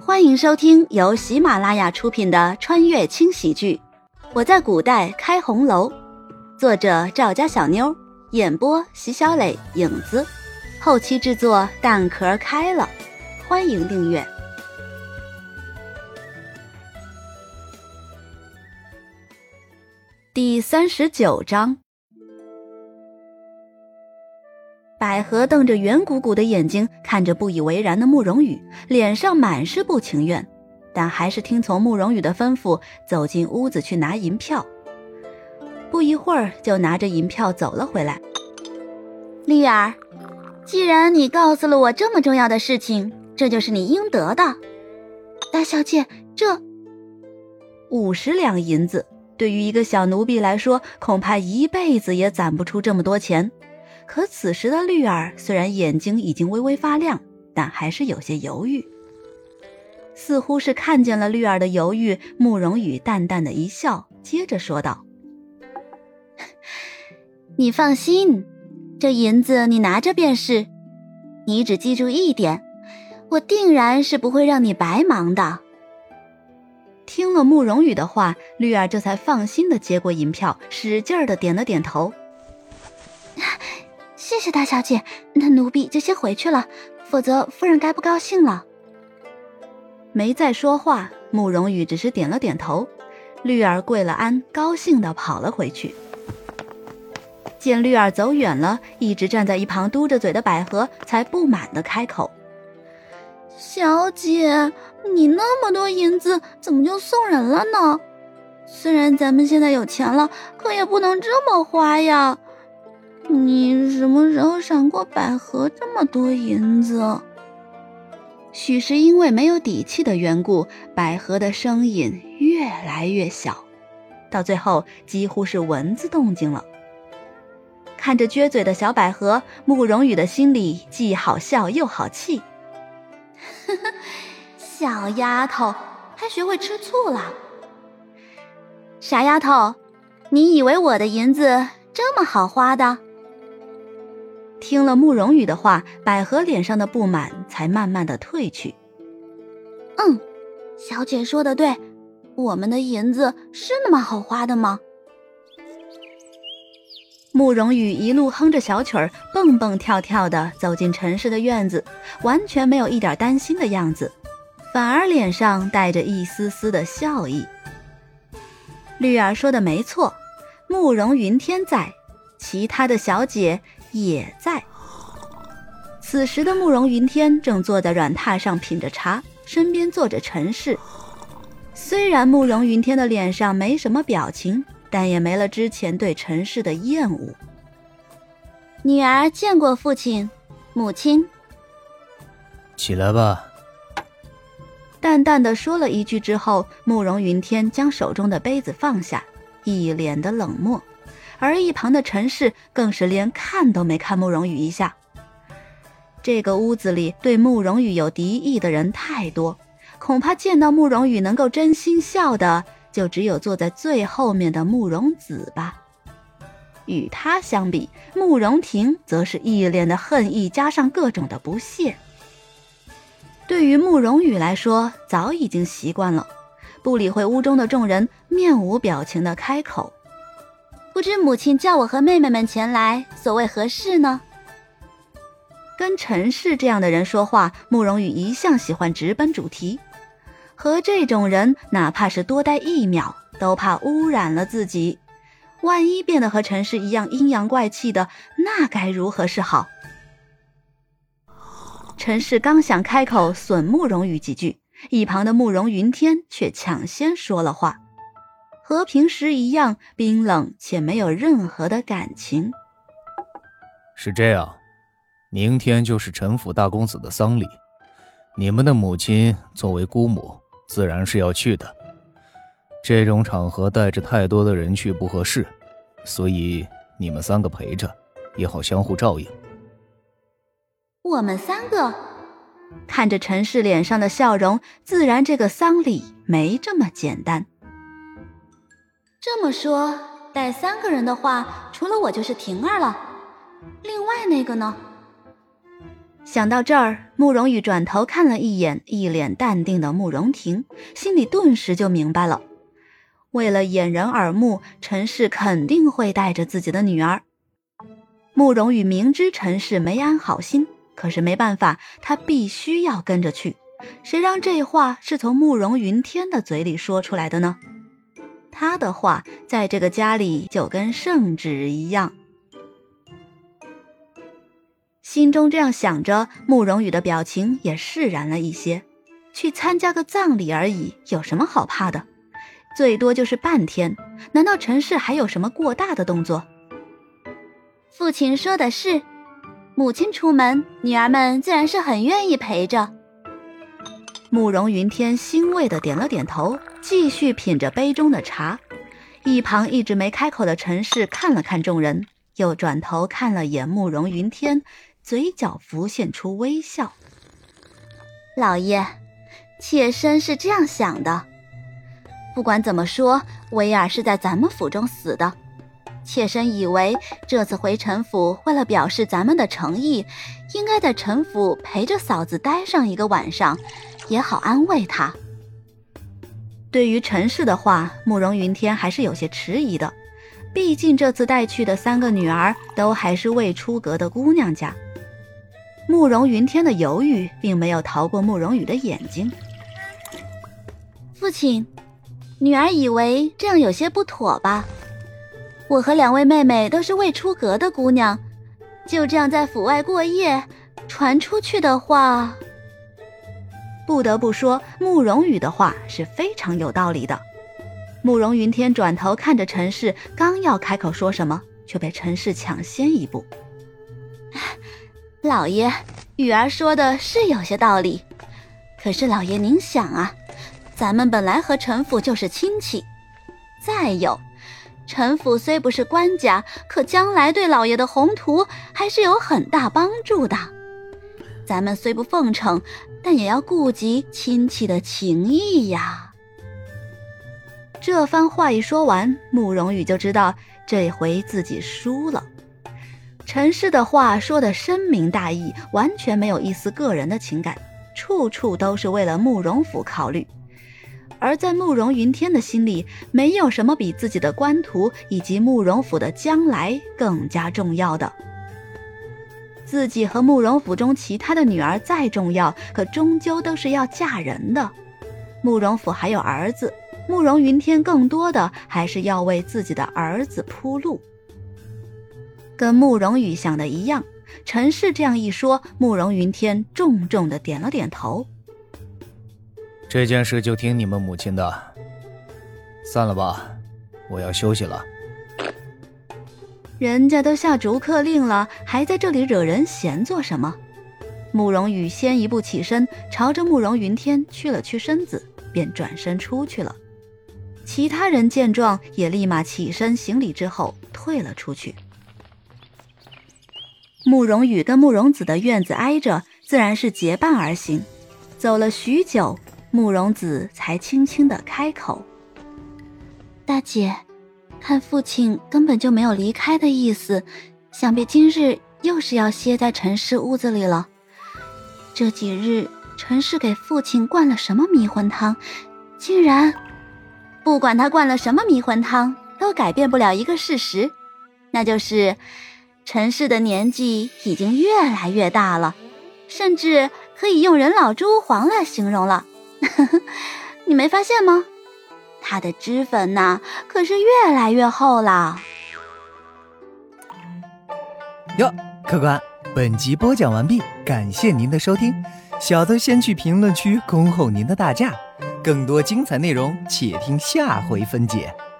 欢迎收听由喜马拉雅出品的穿越轻喜剧《我在古代开红楼》，作者赵家小妞，演播席小磊、影子，后期制作蛋壳开了。欢迎订阅。第39章。百合瞪着圆鼓鼓的眼睛看着不以为然的慕容羽，脸上满是不情愿，但还是听从慕容羽的吩咐走进屋子去拿银票。不一会儿就拿着银票走了回来。绿儿，既然你告诉了我这么重要的事情，这就是你应得的。大小姐，这50两银子对于一个小奴婢来说，恐怕一辈子也攒不出这么多钱。可此时的绿儿虽然眼睛已经微微发亮，但还是有些犹豫。似乎是看见了绿儿的犹豫，慕容羽淡淡的一笑，接着说道：你放心，这银子你拿着便是，你只记住一点，我定然是不会让你白忙的。听了慕容羽的话，绿儿这才放心地接过银票，使劲地点了点头。谢谢大小姐，那奴婢就先回去了，否则夫人该不高兴了。没再说话，慕容羽只是点了点头。绿儿跪了安，高兴地跑了回去。见绿儿走远了，一直站在一旁嘟着嘴的百合才不满地开口：小姐，你那么多银子怎么就送人了呢？虽然咱们现在有钱了，可也不能这么花呀。你什么时候赏过百合这么多银子？许是因为没有底气的缘故，百合的声音越来越小，到最后几乎是蚊子动静了。看着撅嘴的小百合，慕容羽的心里既好笑又好气。小丫头还学会吃醋了。傻丫头，你以为我的银子这么好花的？听了慕容羽的话，百合脸上的不满才慢慢的褪去。小姐说的对，我们的银子是那么好花的吗？慕容羽一路哼着小曲儿，蹦蹦跳跳的走进陈氏的院子，完全没有一点担心的样子，反而脸上带着一丝丝的笑意。绿儿说的没错，慕容云天在，其他的小姐也在。此时的慕容云天正坐在软榻上品着茶，身边坐着陈氏。虽然慕容云天的脸上没什么表情，但也没了之前对陈氏的厌恶。女儿见过父亲母亲。 起来吧。 淡淡的说了一句之后，慕容云天将手中的杯子放下，一脸的冷漠，而一旁的陈氏更是连看都没看慕容羽一下。这个屋子里对慕容羽有敌意的人太多，恐怕见到慕容羽能够真心笑的，就只有坐在最后面的慕容子吧。与他相比，慕容婷则是一脸的恨意加上各种的不屑。对于慕容羽来说，早已经习惯了，不理会屋中的众人，面无表情的开口：不知母亲叫我和妹妹们前来，所谓何事呢？跟陈氏这样的人说话，慕容羽一向喜欢直奔主题，和这种人哪怕是多待1秒，都怕污染了自己，万一变得和陈氏一样阴阳怪气的，那该如何是好？陈氏刚想开口损慕容羽几句，一旁的慕容云天却抢先说了话，和平时一样冰冷且没有任何的感情。 是这样，明天就是陈府大公子的丧礼，你们的母亲作为姑母，自然是要去的。这种场合带着太多的人去不合适，所以你们3个陪着，也好相互照应。 我们3个？看着陈氏脸上的笑容，自然这个丧礼没这么简单。这么说，带3个人的话，除了我就是婷儿了。另外那个呢？ 想到这儿，慕容羽转头看了一眼一脸淡定的慕容婷，心里顿时就明白了。为了掩人耳目，陈氏肯定会带着自己的女儿。慕容羽明知陈氏没安好心，可是没办法，他必须要跟着去。谁让这话是从慕容云天的嘴里说出来的呢？他的话在这个家里就跟圣旨一样。心中这样想着，慕容羽的表情也释然了一些。去参加个葬礼而已，有什么好怕的？最多就是半天，难道陈氏还有什么过大的动作？ 父亲说的是，母亲出门，女儿们自然是很愿意陪着。 慕容云天欣慰地点了点头，继续品着杯中的茶。一旁一直没开口的陈氏看了看众人，又转头看了眼慕容云天，嘴角浮现出微笑。 老爷，妾身是这样想的，不管怎么说，威尔是在咱们府中死的。妾身以为这次回陈府，为了表示咱们的诚意，应该在陈府陪着嫂子待上一个晚上，也好安慰她。 对于陈氏的话，慕容云天还是有些迟疑的，毕竟这次带去的3个女儿都还是未出阁的姑娘家。慕容云天的犹豫并没有逃过慕容羽的眼睛。 父亲，女儿以为这样有些不妥吧？我和2位妹妹都是未出阁的姑娘，就这样在府外过夜，传出去的话…… 不得不说，慕容羽的话是非常有道理的。慕容云天转头看着陈氏，刚要开口说什么，却被陈氏抢先一步。 老爷，羽儿说的是有些道理，可是老爷您想啊，咱们本来和陈府就是亲戚，再有陈府虽不是官家，可将来对老爷的宏图还是有很大帮助的。咱们虽不奉承，但也要顾及亲戚的情谊呀。 这番话一说完，慕容羽就知道这回自己输了。陈氏的话说得深明大义，完全没有一丝个人的情感，处处都是为了慕容府考虑。而在慕容云天的心里，没有什么比自己的官途以及慕容府的将来更加重要的。自己和慕容府中其他的女儿再重要，可终究都是要嫁人的。慕容府还有儿子，慕容云天更多的还是要为自己的儿子铺路。跟慕容羽想的一样，陈氏这样一说，慕容云天重重地点了点头。 这件事就听你们母亲的，散了吧，我要休息了。 人家都下逐客令了，还在这里惹人嫌做什么？慕容羽先一步起身，朝着慕容云天屈了屈身子，便转身出去了。其他人见状也立马起身行礼之后退了出去。慕容羽跟慕容子的院子挨着，自然是结伴而行。走了许久，慕容子才轻轻地开口： 大姐，看父亲根本就没有离开的意思，想必今日又是要歇在陈氏屋子里了。这几日陈氏给父亲灌了什么迷魂汤，竟然……不管他灌了什么迷魂汤，都改变不了一个事实，那就是陈氏的年纪已经越来越大了，甚至可以用人老珠黄来形容了。你没发现吗？他的脂粉呐，可是越来越厚了。 哟，客官，本集播讲完毕，感谢您的收听。小的先去评论区恭候您的大驾，更多精彩内容且听下回分解。